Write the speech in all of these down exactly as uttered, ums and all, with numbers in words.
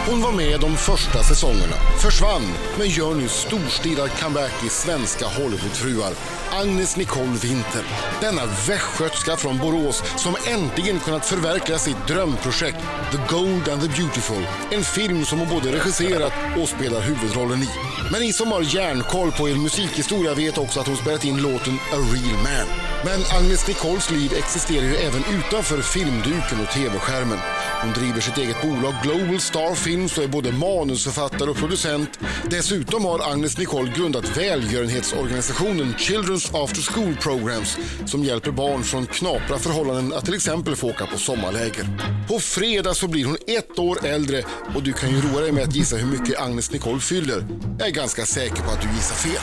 Hon var med de första säsongerna, försvann, men gör nu storstilad comeback i svenska Hollywoodfruar. Agnes Nicole Winther, denna västgötska från Borås som äntligen kunnat förverkliga sitt drömprojekt The Gold and the Beautiful. En film som hon både regisserat och spelar huvudrollen i. Men ni som har järnkoll på er musikhistoria vet också att hon spelat in låten A Real Man. Men Agnes Nicoles liv existerar ju även utanför filmduken och tv-skärmen. Hon driver sitt eget bolag Global Star Films och är både manusförfattare och producent. Dessutom har Agnes Nicole grundat välgörenhetsorganisationen Children's After School Programs som hjälper barn från knapra förhållanden att till exempel få åka på sommarläger. På fredag så blir hon ett år äldre och du kan ju roa dig med att gissa hur mycket Agnes Nicole fyller. Jag är ganska säker på att du gissar fel.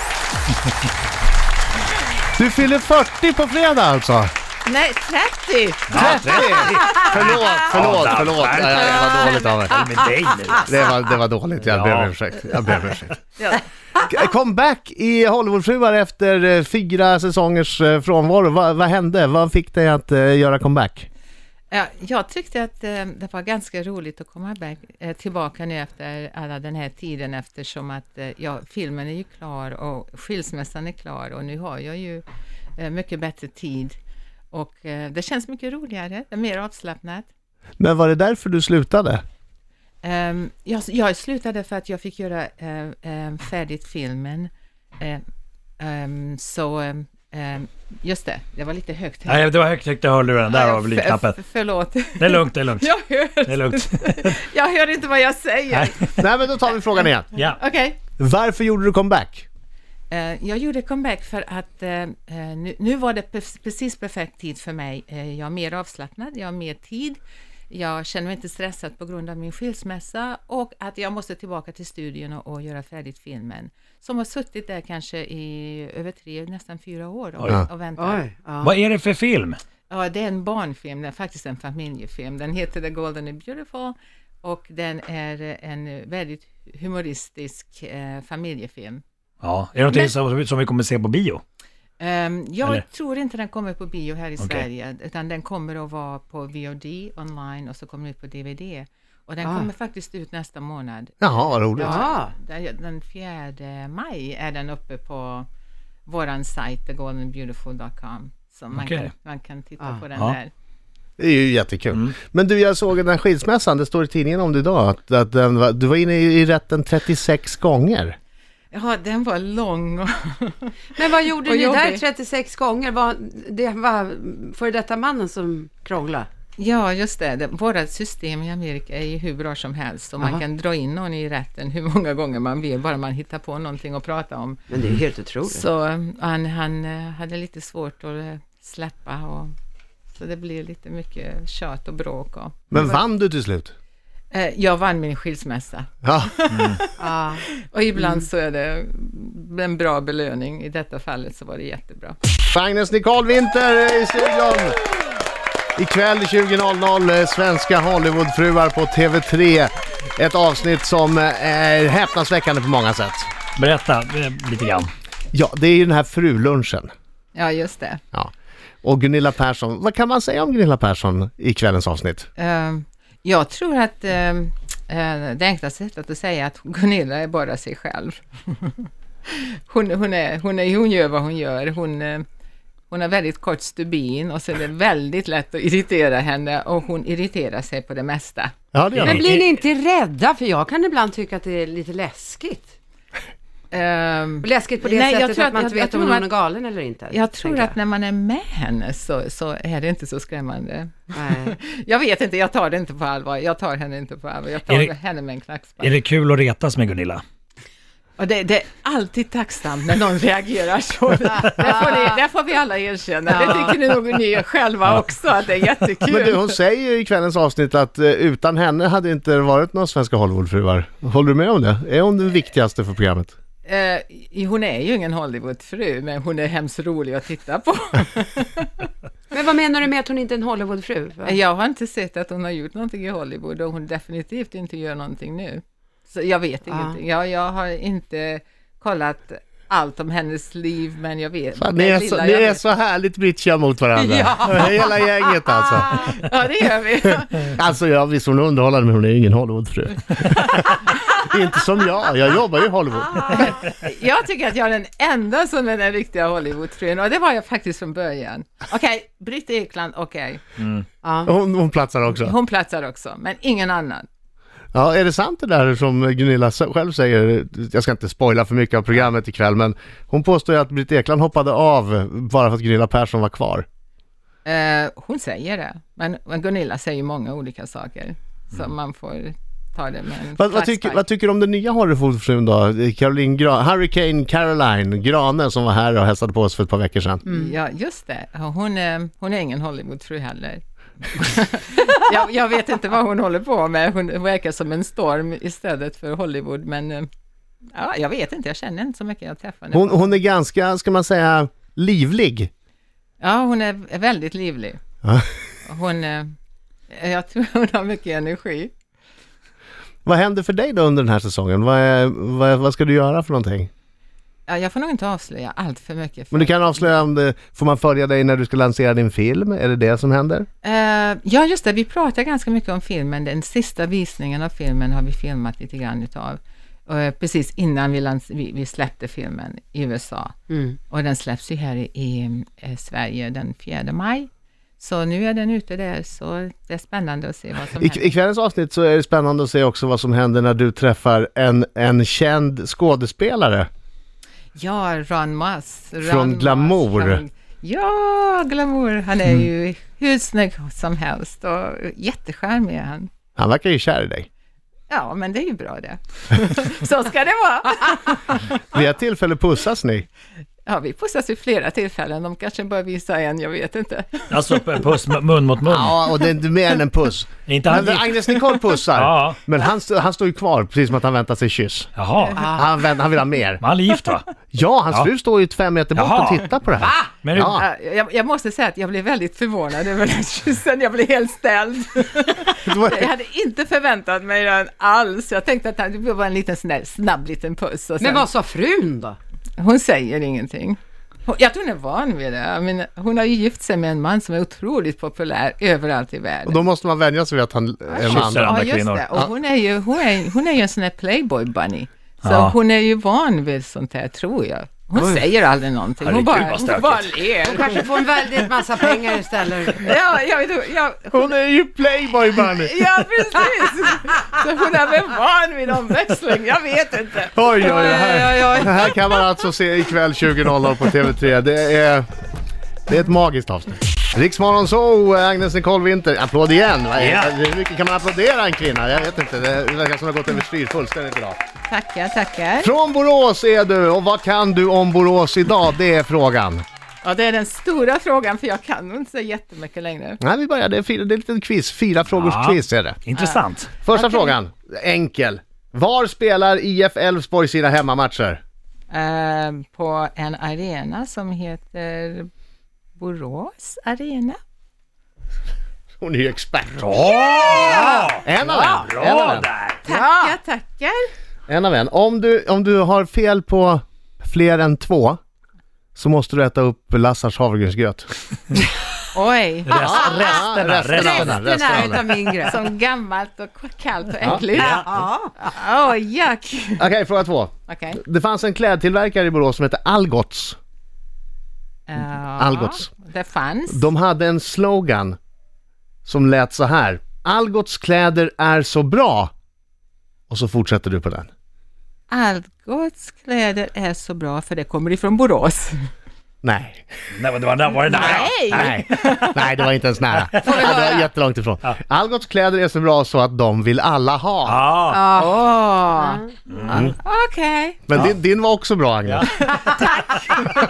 Du fyller fyrtio på fredag alltså? Nej, trettio! Ja, trettio! Förlåt, förlåt, förlåt. Ja, det var dåligt av mig. Det var, det var dåligt, jag ber om ursäkt. Jag ber om ursäkt. Comeback i Hollywoodfruar efter fyra säsongers frånvaro. Vad, vad hände? Vad fick dig att uh, göra comeback? Ja, jag tyckte att eh, det var ganska roligt att komma back, eh, tillbaka nu efter alla den här tiden eftersom att eh, ja, filmen är ju klar och skilsmässan är klar och nu har jag ju eh, mycket bättre tid och eh, det känns mycket roligare, det är mer avslappnat. Men var det därför du slutade? Um, jag, jag slutade för att jag fick göra uh, um, färdigt filmen uh, um, så um, Um, just det, det var lite högt. Nej, det var högt, högt, jag hörde den. Där var väl lite knappet. För, förlåt. Det är lugnt, det är lugnt. Jag hör, det är lugnt. jag hör inte vad jag säger. Nej, Nej men då tar vi frågan igen. Ja. Okej. Okay. Varför gjorde du comeback? Uh, jag gjorde comeback för att uh, nu, nu var det pe- precis perfekt tid för mig. Uh, jag är mer avslappnad, jag har mer tid. Jag känner mig inte stressad på grund av min skilsmässa och att jag måste tillbaka till studion och, och göra färdigt filmen. Som har suttit där kanske i över tre, nästan fyra år och, och väntat. Oj, ja. Vad är det för film? Ja, det är en barnfilm, det är faktiskt en familjefilm. Den heter The Gold and the Beautiful och den är en väldigt humoristisk eh, familjefilm. Ja, är det någonting som, som vi kommer se på bio? Um, jag Eller? tror inte den kommer på bio här i Okay. Sverige utan den kommer att vara på V O D online och så kommer den ut på D V D och den ah. kommer faktiskt ut nästa månad. Jaha, vad roligt. Ja, den fjärde maj är den uppe på våran sajt the golden beautiful dot com så man, okay. kan, man kan titta ah. på den ja. där. Det är ju jättekul. Mm. Men du, jag såg den här skilsmässan, det står i tidningen om det idag att, att den var, du var inne i, i rätten trettiosex gånger. Ja, den var lång. Och Men vad gjorde och ni jobbig. där trettiosex gånger? Var, det var för detta mannen som krånglade? Ja, just det. det. Våra system i Amerika är ju hur bra som helst. Och man kan dra in någon i rätten hur många gånger man vill. Bara man hittar på någonting att prata om. Men det är helt otroligt. Så han, han hade lite svårt att släppa. Och, så det blir lite mycket tjat och bråk. Och, Men vann du till slut? Jag vann min skilsmässa. Ja. Mm. ah. Och ibland mm. så är det en bra belöning. I detta fallet så var det jättebra. Agnes Nicole Winther i studion. Ikväll tjugo noll noll svenska Hollywoodfruar på T V tre. Ett avsnitt som är häpnadsväckande på många sätt. Berätta lite grann. Ja, det är ju den här frulunchen. Ja, just det. Ja. Och Gunilla Persson, vad kan man säga om Gunilla Persson i kvällens avsnitt? Uh, jag tror att uh, uh, det enklaste sättet att säga att Gunilla är bara sig själv. hon, hon, är, hon, är, hon gör vad hon gör. Hon, uh, hon har väldigt kort stubin och så är det väldigt lätt att irritera henne och hon irriterar sig på det mesta. Ja, det Men blir ni inte rädda? För jag kan ibland tycka att det är lite läskigt. Um, läskigt på det nej, sättet att, att man inte vet om hon är galen eller inte. Jag tror att när man är med henne så, så är det inte så skrämmande. Nej. Jag vet inte, jag tar det inte på allvar. Jag tar henne inte på allvar. Jag tar det, henne med en klackspark. Är det kul att retas med Gunilla? Och det, det är alltid tacksamt när någon reagerar så. Där får, ni, där får vi alla erkänna. Ja. Det tycker ni nog ni själva ja. också, att det är jättekul. Men du, hon säger i kvällens avsnitt att uh, utan henne hade det inte varit några svenska Hollywoodfruar. Håller du med om det? Är hon den viktigaste för programmet? Uh, hon är ju ingen Hollywoodfru, men hon är hemskt rolig att titta på. Men vad menar du med att hon inte är en Hollywoodfru? Va? Jag har inte sett att hon har gjort någonting i Hollywood och hon definitivt inte gör någonting nu. Så jag vet ingenting. Jag, jag har inte kollat allt om hennes liv, men jag vet. Fan, ni är, så, ni är så härligt bitchiga mot varandra. Ja. Hela gänget alltså. Ja, det gör vi. Alltså, jag visst hon är underhållande, men hon är ju ingen Hollywoodfru. Inte som jag, jag jobbar ju i Hollywood. Jag tycker att jag är den enda som är den riktiga Hollywoodfrun, och det var jag faktiskt från början. Okej, okay, Britt Ekland, okej. Okay. Mm. Ja. Hon, hon platsar också. Hon platsar också, men ingen annan. Ja, är det sant det där som Gunilla själv säger? Jag ska inte spoila för mycket av programmet ikväll, men hon påstår ju att Britt Ekland hoppade av bara för att Gunilla Persson var kvar. Uh, hon säger det, men, men Gunilla säger många olika saker, så mm. man får ta det med en vad, vad, tycker, vad tycker du om den nya Hollywoodfrun då? Caroline Gra- Hurricane Caroline Grane som var här och hälsade på oss för ett par veckor sedan. Mm, ja, just det. Hon är, hon är ingen Hollywoodfru heller. jag, jag vet inte vad hon håller på med. Hon verkar som en storm istället för Hollywood, men ja, jag vet inte, jag känner inte så mycket jag träffar henne. Hon, hon är ganska, ska man säga, livlig. Ja, hon är väldigt livlig. Hon, jag tror hon har mycket energi. Vad händer för dig då under den här säsongen? Vad, är, vad, vad ska du göra för någonting? Ja, jag får nog inte avslöja allt för mycket. För Men du kan avslöja om det, får man följa dig när du ska lansera din film? Är det det som händer? Uh, ja, just det. Vi pratar ganska mycket om filmen. Den sista visningen av filmen har vi filmat lite grann utav. Uh, precis innan vi, lans- vi, vi släppte filmen i U S A. Mm. Och den släpps ju här i, i, i Sverige den fjärde maj. Så nu är den ute där, så det är spännande att se vad som I, händer. I kvällens avsnitt så är det spännande att se också vad som händer när du träffar en, en känd skådespelare. Ja, Ron Moss. Ron Från Glamour. Moss, från, ja, Glamour. Han är mm. ju hur snygg som helst och jättecharmig är han. Han verkar ju kär i dig. Ja, men det är ju bra det. Så ska det vara. Vid ett tillfälle pussas ni. Ja, vi pussas vid flera tillfällen. De kanske bara visar en, jag vet inte. Alltså puss mun mot mun. Ja, och det är inte mer än en puss. Inte han men Agnes Nicole pussar. Ja. Men han, st- han står ju kvar, precis som att han väntar sig kyss. Jaha. Han, vänt, han vill ha mer. Men han är gift va? Ja, hans ja. fru står ju ett fem meter bort Jaha. och tittar på det här. Va? Men du... ja. jag, jag måste säga att jag blev väldigt förvånad över den kyssen. Jag blev helt ställd. Jag hade inte förväntat mig den alls. Jag tänkte att det var en liten sån där snabb liten puss. Och sen... Men vad sa frun då? Hon säger ingenting. Jag tror hon är van vid det. Men hon har ju gift sig med en man som är otroligt populär överallt i världen. Och då måste man vänja sig vid att han är en man. Ja, just det. Och hon är ju, hon är, hon är ju en sån här playboy bunny. Så ja. hon är ju van vid sånt här, tror jag. Hon Oj. säger aldrig någonting. Hon bara, hon bara ler. Hon kanske får en väldigt massa pengar istället. Ja, jag vet, jag, hon... hon är ju playboy bunny. Ja, precis. Så hon är väl van vid omväxling. Jag vet inte. Oj, oj, oj. Här, det här kan man alltså se ikväll tjugo noll noll på T V tre. Det är, det är ett magiskt avsnitt. Riksmorgon så, Agnes Nicole Winther. Applåd igen. Yeah. Hur mycket kan man applådera en kvinna? Jag vet inte. Det verkar som att det har gått över styr fullständigt idag. Tackar, tackar. Från Borås är du. Och vad kan du om Borås idag? Det är frågan. Ja, det är den stora frågan, för jag kan inte så jättemycket längre. Nej, vi börjar. Det är, fyra, det är lite quiz. Fyra frågors ja, quiz är det. Intressant. Ja. Första okay. frågan. Enkel. Var spelar I F Elfsborg sina hemmamatcher? Uh, på en arena som heter... Borås Arena. Hon är ju expert. Ja! En av en. Bra en av en. där. Tackar, tackar. En av en. Om du, om du har fel på fler än två så måste du äta upp Lassars havregrynsgröt. Oj. Rest, resterna, resterna, resterna, resterna utav min gröt. Som gammalt och kallt och äckligt. Ja. Åh, oh, jack. Okej, okay, fråga två. Okay. Det fanns en klädtillverkare i Borås som heter Algots. Ja, Algots. Det fanns. De hade en slogan som lät så här: Algots kläder är så bra. Och så fortsätter du på den. Algots kläder är så bra, för det kommer ifrån Borås. Nej. Nej, det var, det var det nära. Nej. Nej. Nej, det var inte ens nära. Det var jättelångt ifrån. Ja. Algots kläder är så bra så att de vill alla ha. Ja. Ah. Oh. Mm. Mm. Okej. Okay. Men ja. din, din var också bra, Agnes. Ja. Tack.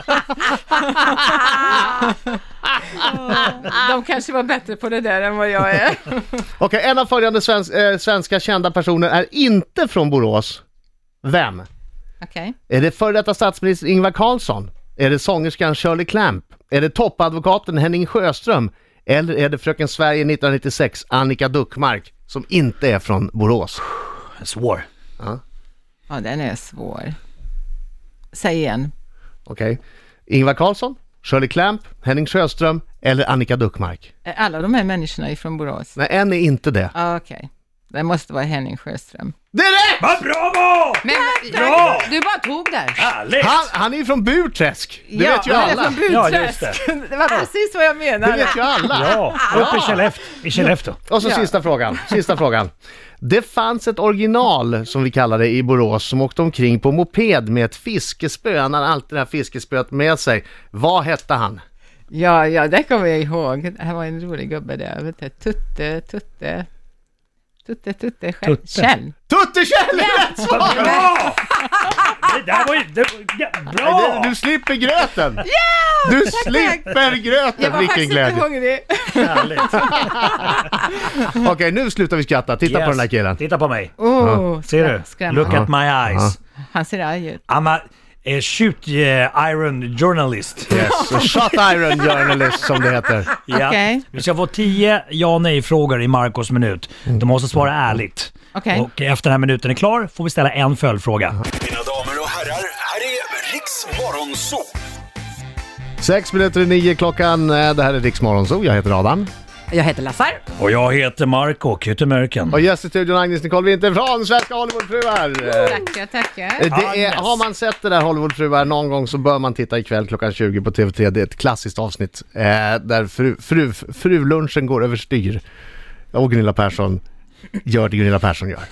De kanske var bättre på det där än vad jag är. Okej, okay, en av följande svensk, äh, svenska kända personer är inte från Borås. Vem? Okej. Okay. Är det före detta statsminister Ingvar Carlsson? Är det sångerskan Shirley Clamp? Är det toppadvokaten Henning Sjöström? Eller är det fröken Sverige nittonhundranittiosex Annika Duckmark som inte är från Borås? Svår. Ja, ja den är svår. Säg igen. Okej. Okay. Ingvar Carlsson, Shirley Clamp, Henning Sjöström eller Annika Duckmark? Alla de här människorna är från Borås. Nej, en är inte det. Ah, Okej. Okay. Det måste vara Henning Sjöström. Det är rätt! Vad bravo! Men, bra! Du bara tog där. Härligt! Han, han är från Burträsk. Det ja, vet ju alla. alla. Från Burträsk. Ja, just det. Det var precis vad jag menade. Det vet ju alla. Ja, uppe i Skellefteå. I Skellefteå. Och så Ja. sista frågan. Sista frågan. Det fanns ett original, som vi kallar det, i Borås som åkte omkring på moped med ett fiskespö. Han hade alltid det här fiskespöet med sig. Vad hette han? Ja, ja, det kommer jag ihåg. Det här var en rolig gubbe där. Vet du, Tutte, Tutte... Tutte, Tutte, Kjell. Tutte. Kjell. Tutte Kjell! Rätt svar! Bra! Det där var ju... Det, ja, bra! Du, du slipper gröten! Ja! Du tack, slipper tack. gröten! Jag var Vilken faktiskt glädje! inte hungrig. Härligt. Okej, nu slutar vi skratta. Titta Yes. på den här killen. Titta på mig. Oh, Ser du? skrämmande. Look at my eyes. Han ser arg ut. I'm a, a shoot uh, iron journalist. Yes. A shot iron journalist, som det heter. Ja. Okej. Vi ska få tio ja nej-frågor i Marcos minut. Du måste svara ärligt. Okej. Och efter den här minuten är klar får vi ställa en följdfråga. Mina damer och herrar, här är Riks Morgonzoo. Sex minuter i nio klockan. Det här är Riks Morgonzoo. Jag heter Adam. Jag heter Lassar. Och jag heter Marco Kyttemörken. Och gäst i studion Agnes Nicole Winter från Svenska Hollywoodfruar. Tackar, tackar. Det är, har man sett det där Hollywoodfruar någon gång så bör man titta ikväll klockan tjugo på T V tre. Det är ett klassiskt avsnitt eh, där fru, fru, frulunchen går över styr. Och Gunilla Persson gör det Gunilla Persson gör.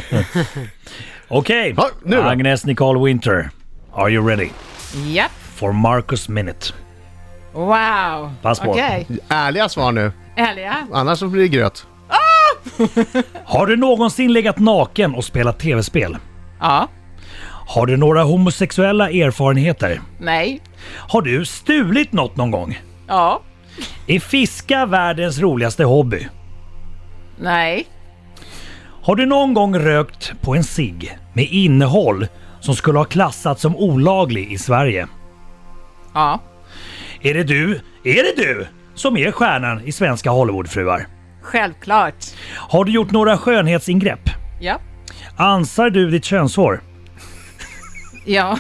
Okej, Ja, nu då. Agnes Nicole Winter. Are you ready Japp. for Marcos minute? Wow. Pass på. Okej. Ärliga svar nu. Ärliga. Annars så blir det gröt. Har du någonsin legat naken och spelat tv-spel? Ja. Har du några homosexuella erfarenheter? Nej. Har du stulit något någon gång? Ja. Är fiska världens roligaste hobby? Nej. Har du någon gång rökt på en cigg med innehåll som skulle ha klassats som olaglig i Sverige? Ja. Är det du, är det du som är stjärnan i Svenska Hollywoodfruar? Självklart. Har du gjort några skönhetsingrepp? Ja. Ansar du ditt könshår? Ja.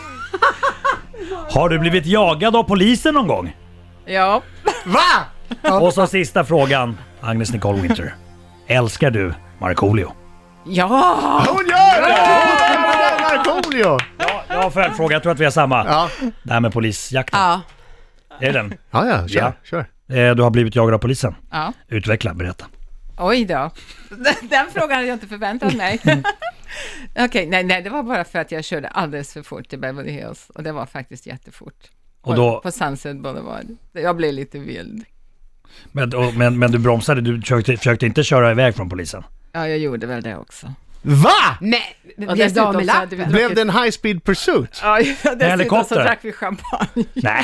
Har du blivit jagad av polisen någon gång? Ja. Va? Och så sista frågan, Agnes Nicole Winter. Älskar du Markoolio? Ja. Hon gör det! Hon gör Markoolio! Ja, jag har följdfråga, jag tror att vi är samma. Ja, Det här med polisjakten. Ja. Är den? ja, ja kör, Ja. kör. Eh, Du har blivit jagad av polisen. Ja. Utveckla, berätta. Oj då. Den frågan hade jag inte förväntat mig. Okej, nej, nej, det var bara för att jag körde alldeles för fort till Beverly Hills. Och det var faktiskt jättefort. Och då- På, på Sunset Boulevard. Jag blev lite vild. Men, och, men, men du bromsade, du försökte, försökte inte köra iväg från polisen? Ja, jag gjorde väl det också. Va? Men, Och blev dessutom damer så lapp? hade vi Blev druckit- det en high speed pursuit? Ja, dessutom helikopter? så drack vi champagne. Nej.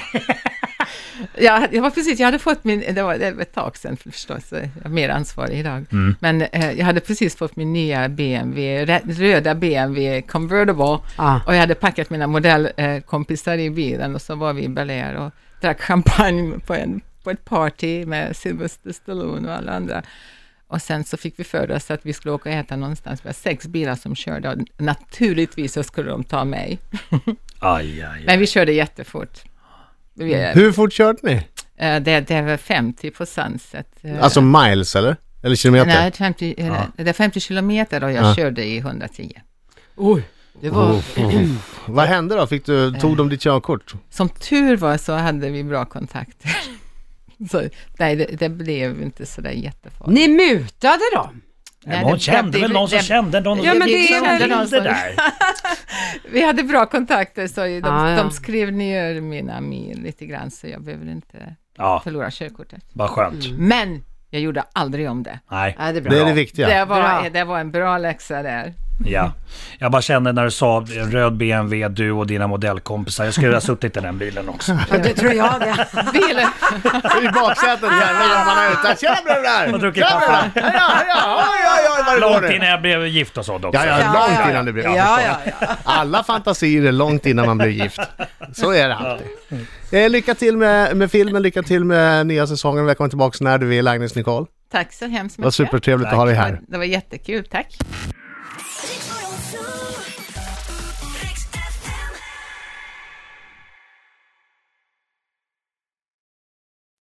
Ja, jag var precis, jag hade fått min, det var, det var ett tag sedan förstås, jag är mer ansvarig idag. Mm. Men eh, jag hade precis fått min nya B M W, rä- röda B M W Convertible. Ah. Och jag hade packat mina modellkompisar i bilen och så var vi i Bel Air och drack champagne på, en, på ett party med Sylvester Stallone och alla andra. Och sen så fick vi för oss att vi skulle åka och äta någonstans. Vi var sex bilar som körde och naturligtvis så skulle de ta mig. Aj, aj, aj. Men vi körde jättefort. Vi, Hur fort körde ni? eh, det, det var femtio på Sunset. Eh, Alltså miles eller? Eller kilometer? nej, femtio, eh, det är femtio kilometer och jag Ja. körde i hundratio. Oj, det var... Vad hände då? Fick du, tog de ditt körkort? Som tur var så hade vi bra kontakter. Så, nej, det, det blev inte så där jättefarligt. Ni mutade dem? Men hon kände väl någon som kände någon. Ja, men det är kände väl- någon det som- där. Vi hade bra kontakter så de, Ah, ja. de skrev ner mina mil lite grann så jag behöver inte Ja, förlora körkortet. vad skönt. Men jag gjorde aldrig om det. Nej, Ja, det är bra. Det är det viktiga. Det, var, Bra. det var en bra läxa där. ja. Jag bara kände när du sa en röd B M W, du och dina modellkompisar. Jag skulle ha suttit i den bilen också. Ja, det tror jag det. Bilen, I baksätet där, armarna ut. Tjena bröder! Och druckit Tjena kaffe. bröder! Heja, heja! Oj, oj, oj, vad det går Långt nu. innan jag blev gift och sånt också. Ja, ja, Ja, långt ja, ja. innan det blev. Ja, ja, ja. Alla fantasier är långt innan man blir gift. Så är det alltid. Eh, lycka till med, med filmen, lycka till med nya säsongen. Välkommen tillbaka när du vill, Agnes Nicole. tack så hemskt Det var mycket. supertrevligt att ha dig här. Det var jättekul, tack.